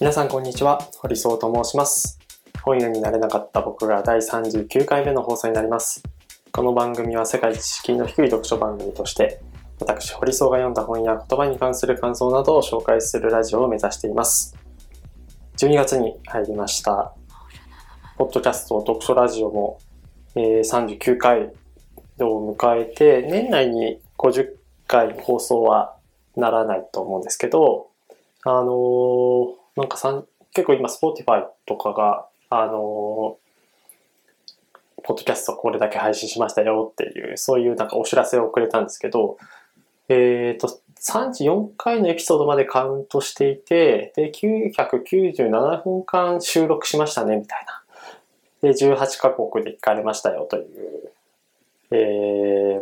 皆さんこんにちは、堀総と申します。本屋になれなかった僕が第39回目の放送になります。この番組は世界知識の低い読書番組として、私堀総が読んだ本や言葉に関する感想などを紹介するラジオを目指しています。12月に入りました。ポッドキャスト読書ラジオも、39回を迎えて、年内に50回放送はならないと思うんですけど、結構今 Spotify とかが、ポッドキャストこれだけ配信しましたよっていう、そういうなんかお知らせをくれたんですけど、34回のエピソードまでカウントしていて、で、997分間収録しましたね、みたいな。で、18カ国で聞かれましたよという、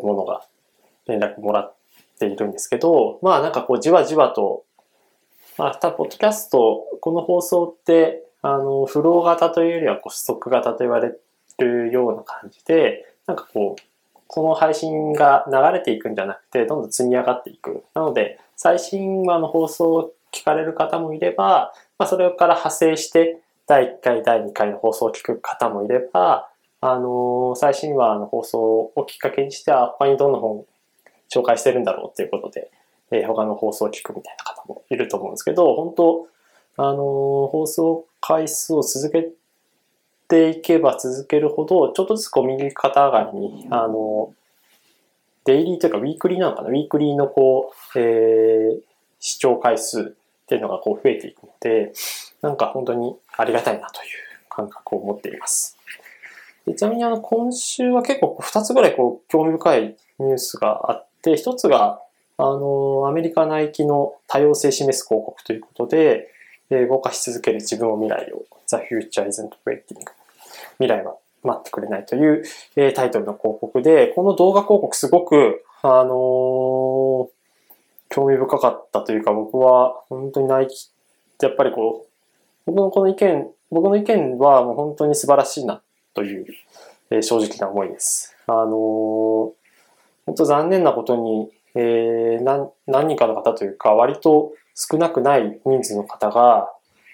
ものが連絡もらっているんですけど、まあなんかこうじわじわと、ポッドキャスト、この放送って、フロー型というよりはストック型と言われるような感じで、なんかこう、この配信が流れていくんじゃなくて、どんどん積み上がっていく。なので、最新話の放送を聞かれる方もいれば、それから派生して、第1回、第2回の放送を聞く方もいれば、最新話の放送をきっかけにしては、他にどんな本紹介してるんだろうっていうことで、他の放送を聞くみたいな方もいると思うんですけど、本当、放送回数を続けていけば続けるほど、ちょっとずつ右肩上がりに、デイリーというかウィークリーなのかな、ウィークリーの視聴回数っていうのが増えていくので、なんか本当にありがたいなという感覚を持っています。でちなみに今週は結構2つぐらい興味深いニュースがあって、1つがアメリカナイキの多様性示す広告ということで、動かし続ける自分を未来を The Future Isn't Waiting 未来は待ってくれないという、タイトルの広告で、この動画広告すごく、興味深かったというか、僕は本当にナイキってやっぱり僕の意見はもう本当に素晴らしいなという、正直な思いです。本当残念なことに、何人かの方というか、割と少なくない人数の方が、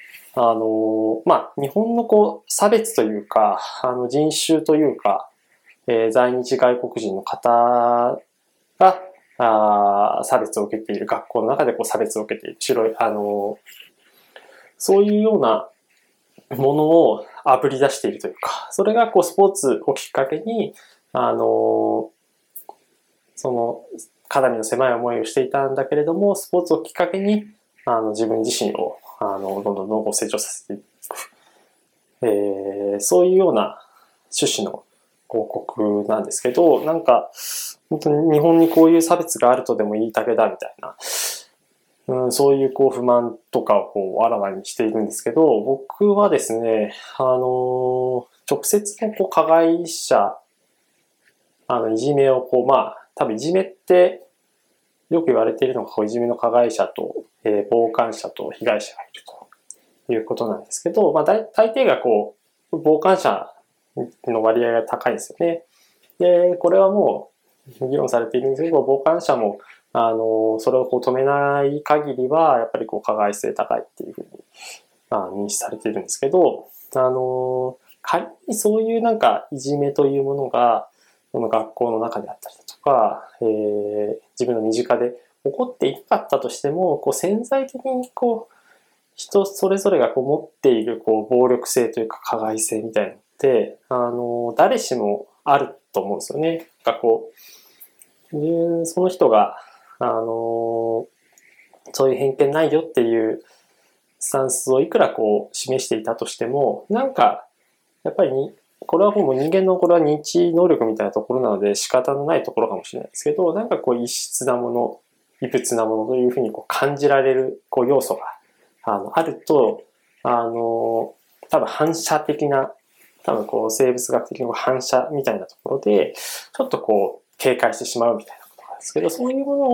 日本の差別というか、人種というか、在日外国人の方が、差別を受けている、学校の中で差別を受けている、そういうようなものをあぶり出しているというか、それがスポーツをきっかけに、肩身の狭い思いをしていたんだけれども、スポーツをきっかけに、自分自身を、どんどん成長させていく。そういうような趣旨の広告なんですけど、なんか、本当に日本にこういう差別があるとでも言いたげだみたいな、そういう不満とかをあらわにしているんですけど、僕はですね、直接の加害者、いじめを多分いじめってよく言われているのがいじめの加害者と、傍観者と被害者がいるということなんですけど、大抵が傍観者の割合が高いんですよね。で、これはもう議論されているんですけど、傍観者もそれを止めない限りはやっぱり加害性高いっていうふうに認識されているんですけど、仮にそういうなんかいじめというものがこの学校の中であったりだとか、自分の身近で起こっていなかったとしても、潜在的に人それぞれが持っている暴力性というか加害性みたいなのって誰しもあると思うんですよね。その人がそういう偏見ないよっていうスタンスをいくら示していたとしても、なんかやっぱりこれはもう人間のこれは認知能力みたいなところなので仕方のないところかもしれないですけど、なんか異質なもの、異物なものというふうに感じられる要素があると、多分反射的な、生物学的な反射みたいなところで、ちょっと警戒してしまうみたいなことなんですけど、そういうも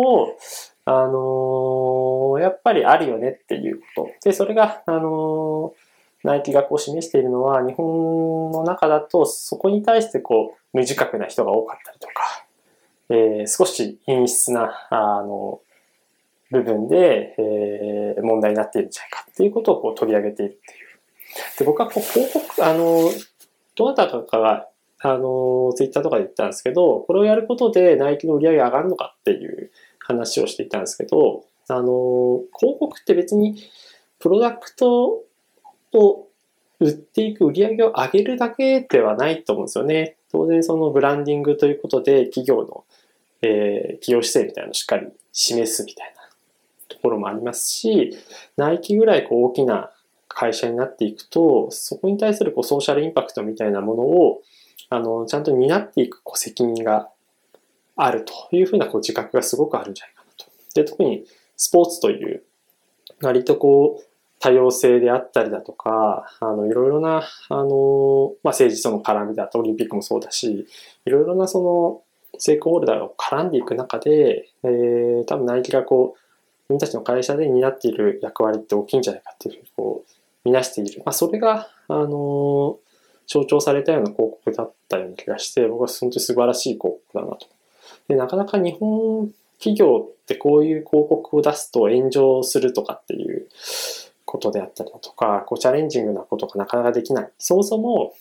のを、やっぱりあるよねっていうこと。で、それが、ナイキが示しているのは、日本の中だと、そこに対して無自覚な人が多かったりとか、少し陰湿な、部分で、問題になっているんじゃないかっていうことをこう取り上げているっていう。で、僕はこう広告、どなたかが、ツイッターとかで言ったんですけど、これをやることでナイキの売り上げ上がるのかっていう話をしていたんですけど、広告って別にプロダクトを売っていく、売り上げを上げるだけではないと思うんですよね。当然そのブランディングということで企業の、企業姿勢みたいなのをしっかり示すみたいなところもありますし、ナイキぐらいこう大きな会社になっていくと、そこに対するこうソーシャルインパクトみたいなものをちゃんと担っていくこう責任があるというふうなこう自覚がすごくあるんじゃないかなと。で、特にスポーツという割とこう多様性であったりだとか、いろいろな政治との絡みだとオリンピックもそうだし、いろいろなそのステークホルダーが絡んでいく中で、多分ナイキがこう自分たちの会社で担っている役割って大きいんじゃないかっていうふうにこう見なしている。それが象徴されたような広告だったような気がして、僕は本当に素晴らしい広告だなと。で、なかなか日本企業ってこういう広告を出すと炎上するとかっていうことであったりだとか、こうチャレンジングなことがなかなかできない。そもそも、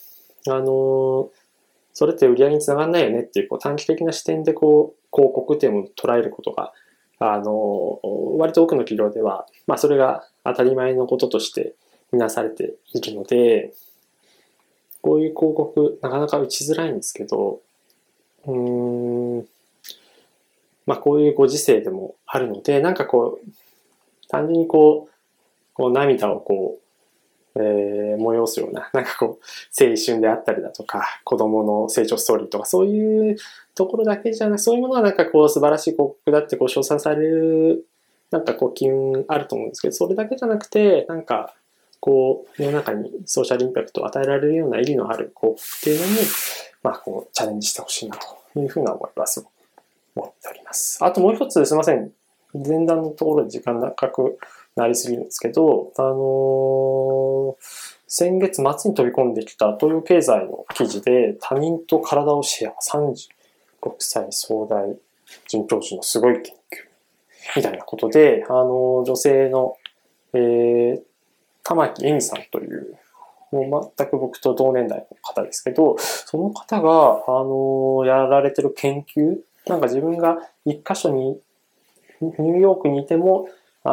それって売り上げにつながらないよねっていう、こう短期的な視点でこう広告っていうものを捉えることが、割と多くの企業では、それが当たり前のこととしてみなされているので、こういう広告なかなか打ちづらいんですけど、こういうご時世でもあるので、なんかこう、単純にこう涙をこう、催すような、なんかこう、青春であったりだとか、子供の成長ストーリーとか、そういうところだけじゃない、そういうものがなんかこう、素晴らしい広告だってこう、称賛される、なんかこう、機運あると思うんですけど、それだけじゃなくて、なんか、こう、世の中にソーシャルインパクトを与えられるような意義のある広告っていうのに、こう、チャレンジしてほしいなというふうな思いはすごく思っております。あともう一つ、すいません。前段のところで時間長くなりすぎるんですけど、先月末に飛び込んできた東洋経済の記事で、他人と体をシェア、36歳総大准教授のすごい研究みたいなことで、女性の、玉木恵美さんという、もう全く僕と同年代の方ですけど、その方が、やられてる研究、なんか自分が一箇所に、ニューヨークにいても、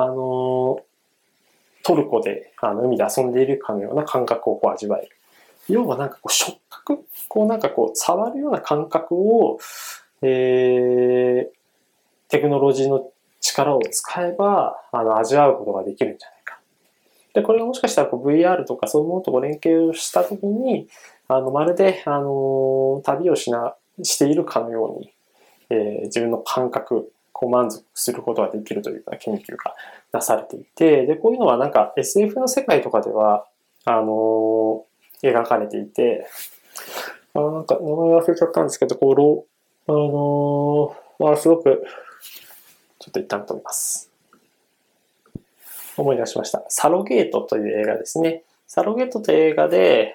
トルコで海で遊んでいるかのような感覚をこう味わえる。要はなんかこう触覚、こうなんかこう触るような感覚を、テクノロジーの力を使えば味わうことができるんじゃないか。で、これがもしかしたらこう VR とかそういうものと連携をしたときに、まるで旅をしているかのように、自分の感覚、こう満足することができるというような研究がなされていて、で、こういうのはなんか SF の世界とかでは、描かれていて、なんか名前忘れちゃったんですけど、こう、すごく、ちょっと一旦止めます。思い出しました。サロゲートという映画ですね。サロゲートという映画で、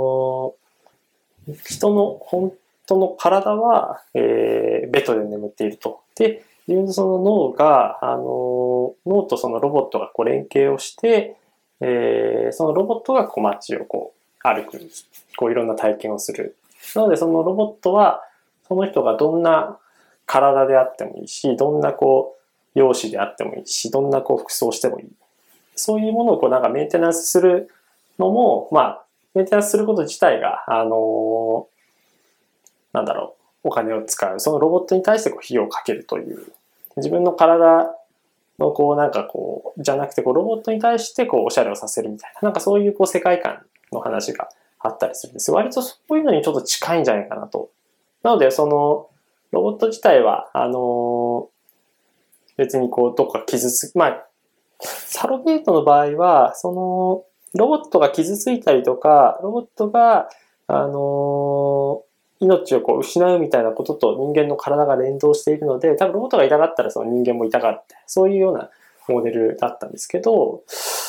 人の本当の体は、ベッドで眠っていると。で、自分のその脳が、脳とそのロボットがこう連携をして、そのロボットがこう街をこう歩く、こういろんな体験をする。なのでそのロボットは、その人がどんな体であってもいいし、どんなこう容姿であってもいいし、どんなこう服装してもいい。そういうものをこうなんかメンテナンスするのも、メンテナンスすること自体が、お金を使う。そのロボットに対してこう費用をかけるという。自分の体のこうなんかこう、じゃなくてこうロボットに対してこうおしゃれをさせるみたいな。なんかそういうこう世界観の話があったりするんです。割とそういうのにちょっと近いんじゃないかなと。なのでそのロボット自体は、別にこうどっか傷つく、サロゲートの場合は、そのロボットが傷ついたりとか、ロボットが、命をこう失うみたいなことと人間の体が連動しているので、多分ロボットが痛がったらその人間も痛がって、そういうようなモデルだったんですけど、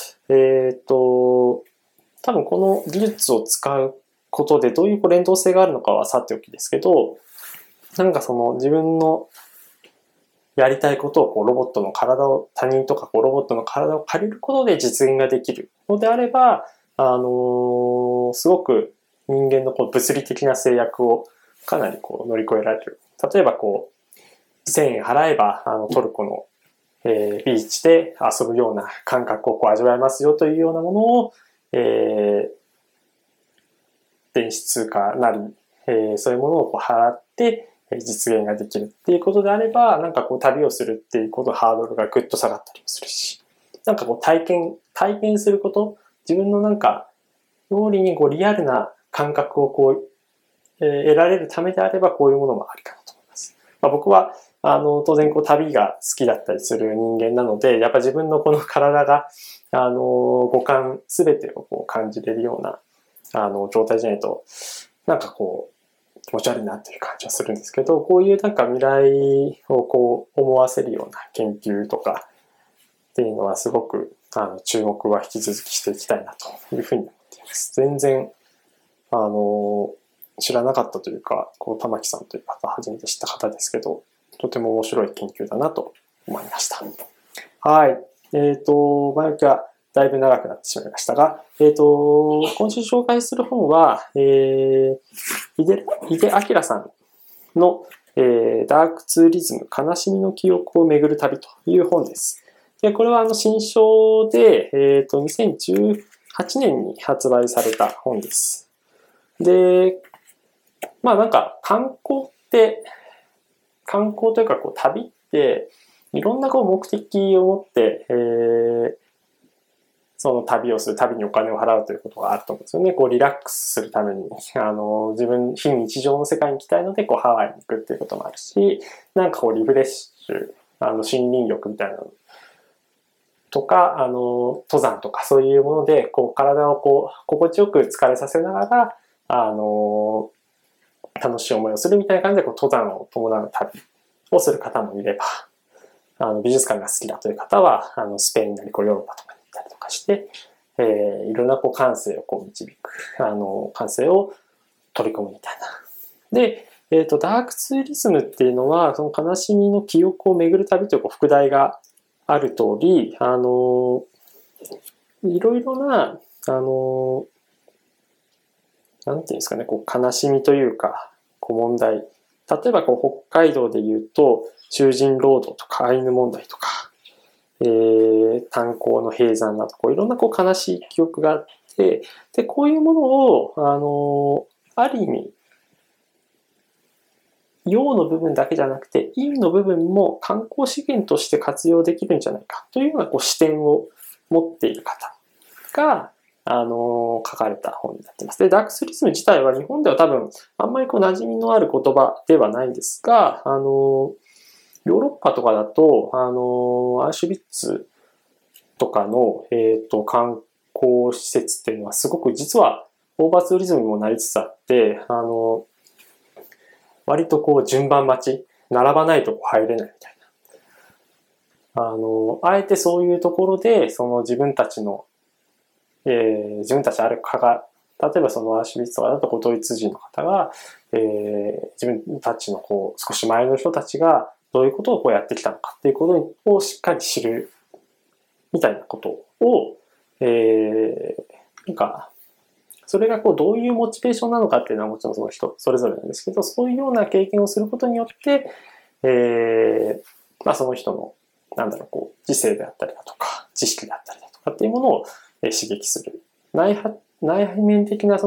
多分この技術を使うことでどういう連動性があるのかはさておきですけど、なんかその自分のやりたいことをロボットの体を、他人とかロボットの体を借りることで実現ができるのであれば、すごく人間の物理的な制約をかなり乗り越えられる。例えば1000円払えばトルコの、ビーチで遊ぶような感覚を味わえますよというようなものを、電子通貨なり、そういうものを払って実現ができるっていうことであれば、なんか旅をするっていうことのハードルがぐっと下がったりもするし、なんか体験すること、自分のなんか脳裏にリアルな感覚を得られるためであれば、こういうものもありかなと思います。僕は当然旅が好きだったりする人間なので、やっぱ自分のこの体が五感すべてを感じれるような状態じゃないと、なんか気持ち悪いなっていう感じはするんですけど、こういうなんか未来を思わせるような研究とかっていうのはすごく注目は引き続きしていきたいなというふうに思っています。全然知らなかったというか、玉木さんという方初めて知った方ですけど、とても面白い研究だなと思いました。はい。前置きはだいぶ長くなってしまいましたが、今週紹介する本は、井出明さんの、ダークツーリズム、悲しみの記憶を巡る旅という本です。で、これは新書で、2018年に発売された本です。で、なんか観光というか旅っていろんな目的を持って、その旅をする、旅にお金を払うということがあると思うんですよね。リラックスするために、自分、非日常の世界に行きたいので、ハワイに行くっていうこともあるし、なんかリフレッシュ、森林浴みたいなのとか、登山とかそういうもので、体を心地よく疲れさせながら、楽しい思いをするみたいな感じで、登山を伴う旅をする方もいれば、美術館が好きだという方は、スペインなりヨーロッパとかに行ったりとかして、いろんな感性を導く、感性を取り込むみたいな。で、ダークツーリズムっていうのは、その悲しみの記憶を巡る旅という副題がある通り、いろいろな、なんていうんですかね、悲しみというか、問題。例えば、北海道で言うと、囚人労働とかアイヌ問題とか、炭鉱の閉山など、いろんな悲しい記憶があって、で、こういうものを、ある意味、陽の部分だけじゃなくて、陰の部分も観光資源として活用できるんじゃないかというような視点を持っている方が、書かれた本になっています。で、ダークツーリズム自体は日本では多分あんまり馴染みのある言葉ではないんですが、ヨーロッパとかだと、アウシュビッツとかの、観光施設っていうのはすごく実はオーバーツーリズムにもなりつつあって、割と順番待ち、並ばないと入れないみたいな。あえてそういうところで、その自分たちあるかが、例えばそのアウシュビッツとかだとドイツ人の方が、自分たちの少し前の人たちがどういうことをやってきたのかっていうことをしっかり知るみたいなことを、なんか、それがどういうモチベーションなのかっていうのはもちろんその人それぞれなんですけど、そういうような経験をすることによって、その人の、知性であったりだとか、知識であったりだとかっていうものを刺激する。内面的な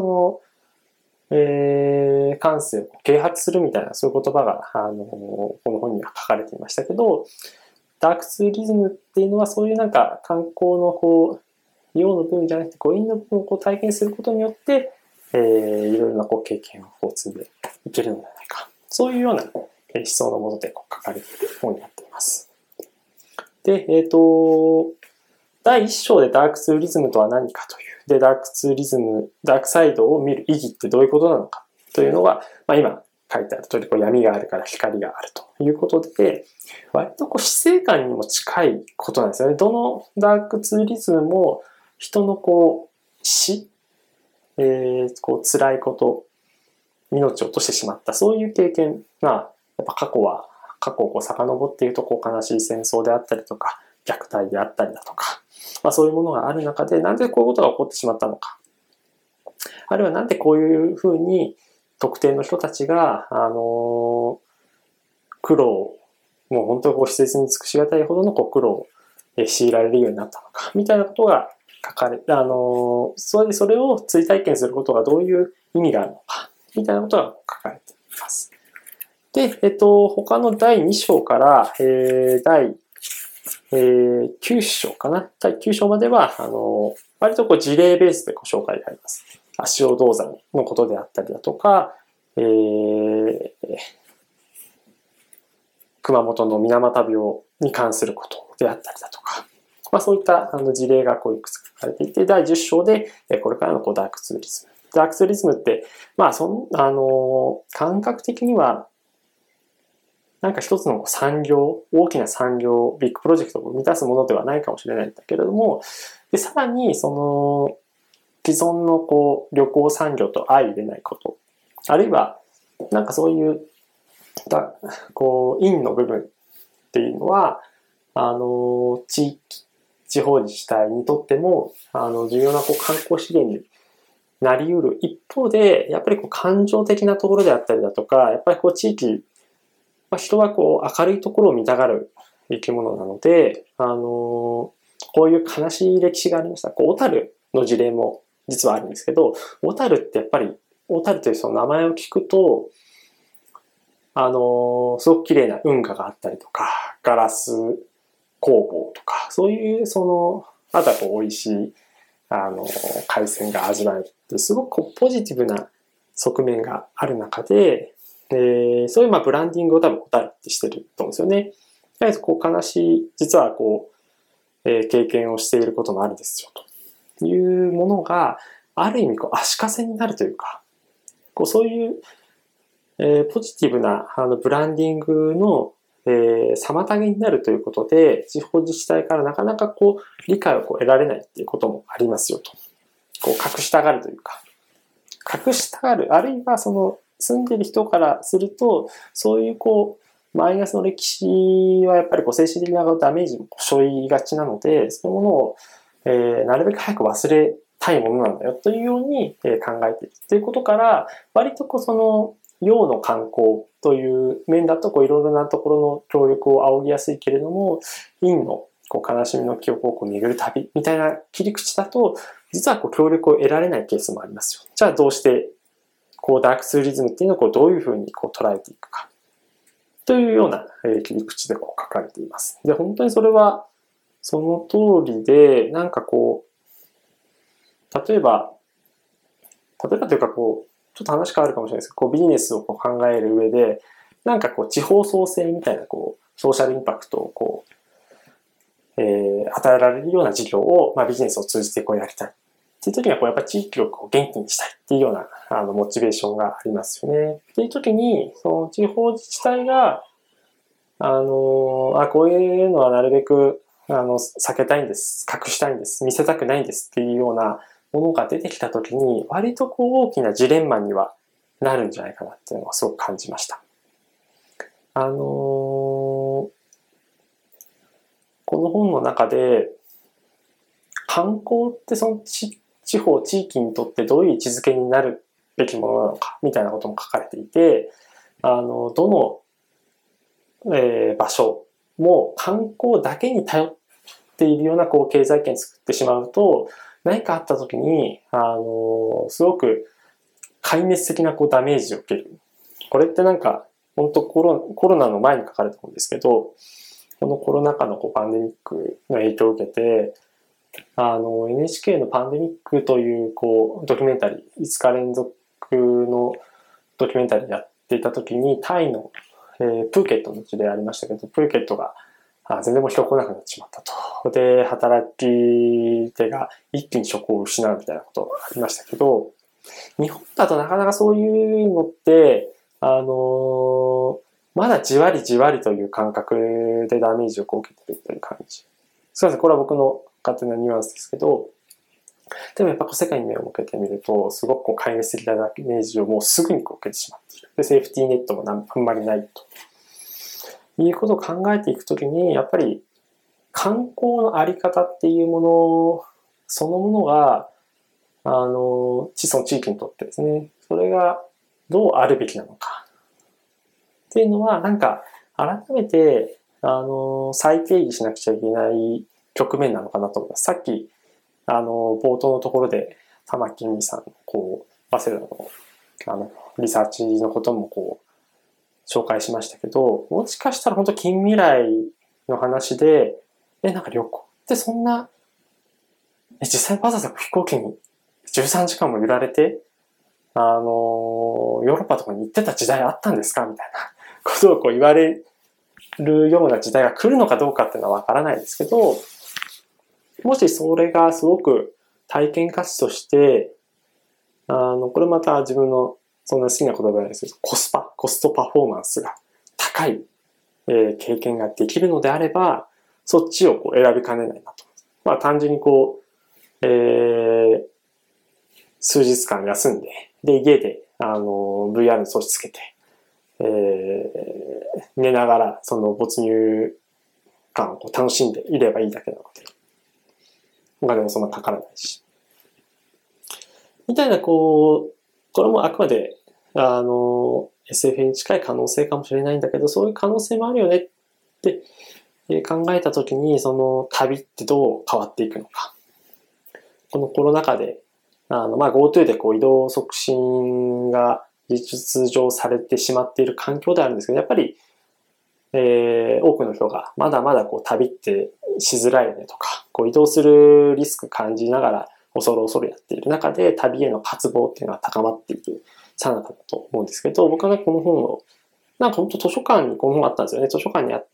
感性を啓発するみたいな、そういう言葉が、この本には書かれていましたけど、ダークツーリズムっていうのはそういう観光の陽の部分じゃなくて陰の部分を体験することによって、いろいろな経験を積んでいけるのではないか。そういうような思想のもとで書かれている本になっています。で、第1章でダークツーリズムとは何かという。で、ダークサイドを見る意義ってどういうことなのかというのが、今書いてある通り、闇があるから光があるということで、割と死生観にも近いことなんですよね。どのダークツーリズムも人の死、辛いこと、命を落としてしまった、そういう経験が、やっぱ過去は過去をこう遡っているとこう悲しい戦争であったりとか、虐待であったりだとか、そういうものがある中で、なんでこういうことが起こってしまったのか。あるいはなんでこういうふうに特定の人たちが、苦労、もう本当にこう施設に尽くしがたいほどのこう苦労を強いられるようになったのか、みたいなことが書かれ、それを追体験することがどういう意味があるのか、みたいなことが書かれています。で、他の第2章から、第9章かな。第9章までは、割とこう事例ベースでご紹介があります。足尾銅山のことであったりだとか、熊本の水俣病に関することであったりだとか、そういった事例がこういくつか書かれていて、第10章でこれからのこうダークツーリズム。ダークツーリズムって、感覚的には、なんか一つの産業、大きな産業、ビッグプロジェクトを満たすものではないかもしれないんだけれども、でさらにその既存のこう旅行産業と相入れないこと、あるいはなんかそういうこう陰の部分っていうのは地方自治体にとっても重要なこう観光資源になり得る一方で、やっぱりこう感情的なところであったりだとか、やっぱりこう地域、人はこう明るいところを見たがる生き物なので、こういう悲しい歴史がありました。小樽の事例も実はあるんですけど、小樽ってやっぱり、小樽というその名前を聞くと、すごく綺麗な運河があったりとか、ガラス工房とか、そういうあとはこう美味しい、海鮮が味わえるってすごくこうポジティブな側面がある中で、そういうブランディングを多分小樽ってしてると思うんですよね。やはりこう悲しい、実はこう、経験をしていることもあるですよというものが、ある意味こう足かせになるというか、こうそういう、ポジティブなブランディングの、妨げになるということで、地方自治体からなかなかこう理解をこう得られないっていうこともありますよと。こう隠したがるというか、隠したがる、あるいはその住んでる人からすると、そういうこう、マイナスの歴史はやっぱりこう精神的なダメージを背負いがちなので、そういうものを、なるべく早く忘れたいものなんだよというように考えているということから、割とこうその洋の観光という面だとこういろいろなところの協力を仰ぎやすいけれども、陰のこう悲しみの記憶をこう巡る旅みたいな切り口だと、実はこう協力を得られないケースもありますよ。じゃあどうしてこうダークツーリズムっていうのをこうどういうふうにこう捉えていくかというような切り口でこう書かれています。で、本当にそれはその通りで、なんかこう、例えばというかこう、ちょっと話変わるかもしれないですけど、こうビジネスをこう考える上で、なんかこう地方創生みたいなこうソーシャルインパクトをこう、与えられるような事業を、ビジネスを通じてこうやりたい。っていう時にはこうやっぱり地域をこう元気にしたいっていうようなモチベーションがありますよね。っていう時に、その地方自治体が、こういうのはなるべく避けたいんです、隠したいんです、見せたくないんですっていうようなものが出てきた時に、割とこう大きなジレンマにはなるんじゃないかなっていうのはすごく感じました。この本の中で、観光ってその地方、地域にとってどういう位置づけになるべきものなのかみたいなことも書かれていて、どの、場所も観光だけに頼っているようなこう経済圏を作ってしまうと、何かあった時に、すごく壊滅的なこうダメージを受ける。これってなんか、本当コロナの前に書かれた本ですけど、このコロナ禍のこうパンデミックの影響を受けて、NHK のパンデミックというこうドキュメンタリー、5日連続のドキュメンタリーやっていた時に、タイの、プーケットの事例ありましたけど、プーケットが全然もう人来なくなってしまったと。で、働き手が一気に職を失うみたいなことがありましたけど、日本だとなかなかそういうのって、まだじわりじわりという感覚でダメージを受けているという感じ。すみません、これは僕の勝手なニュアンスですけど、でもやっぱ世界に目を向けてみると、すごく壊滅的なダメージをもうすぐに受けてしまっている。で、セーフティーネットもあんまりないと。 いうことを考えていくときに、やっぱり観光のあり方っていうものそのものが、その地域にとってですね、それがどうあるべきなのかっていうのは、なんか改めて、再定義しなくちゃいけない局面なのかなと思います。さっき、冒頭のところで、玉木美さん、早稲田の、リサーチのことも紹介しましたけど、もしかしたら本当近未来の話で、なんか旅行ってそんな、実際わざわざ飛行機に13時間も揺られて、ヨーロッパとかに行ってた時代あったんですかみたいなことを言われるような時代が来るのかどうかっていうのはわからないですけど、もしそれがすごく体験価値として、これまた自分のそんな好きな言葉なんですけど、コストパフォーマンスが高い、経験ができるのであれば、そっちを選びかねないなと。まあ単純に数日間休んで、で、家で、VR の装置つけて、寝ながらその没入感を楽しんでいればいいだけなので、お金もそんなかからないし。みたいな、これもあくまで、SF に近い可能性かもしれないんだけど、そういう可能性もあるよねって考えたときに、その旅ってどう変わっていくのか。このコロナ禍で、GoTo で移動促進が事実上されてしまっている環境であるんですけど、やっぱり、多くの人がまだまだ旅ってしづらいよねとか、移動するリスク感じながら恐るやっている中で旅への渇望っていうのは高まっているさなかだと思うんですけど、僕はこの本を、なんか本当図書館にこの本あったんですよね。図書館にあって、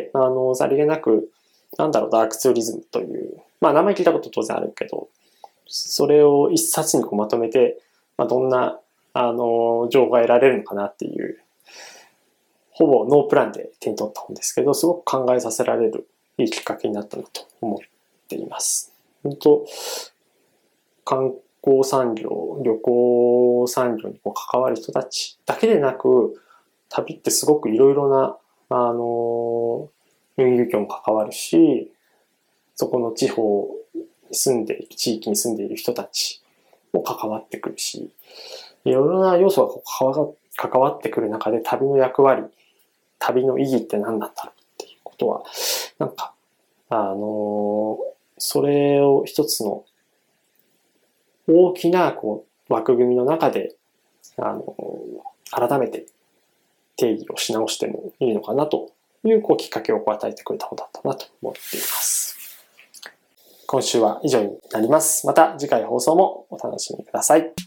さりげなく、ダークツーリズムという、名前聞いたこと当然あるけど、それを一冊にまとめて、どんな、情報が得られるのかなっていう、ほぼノープランで手に取った本ですけど、すごく考えさせられるいいきっかけになったなと思っています。本当、観光産業、旅行産業に関わる人たちだけでなく、旅ってすごくいろいろな、運輸業も関わるし、そこの地方に住んでいる、地域に住んでいる人たちも関わってくるし、いろいろな要素が関わってくる中で旅の役割、旅の意義って何なんだろうっていうことは、なんか、それを一つの大きな枠組みの中で、改めて定義をし直してもいいのかなというきっかけを与えてくれた本だったなと思っています。今週は以上になります。また次回放送もお楽しみください。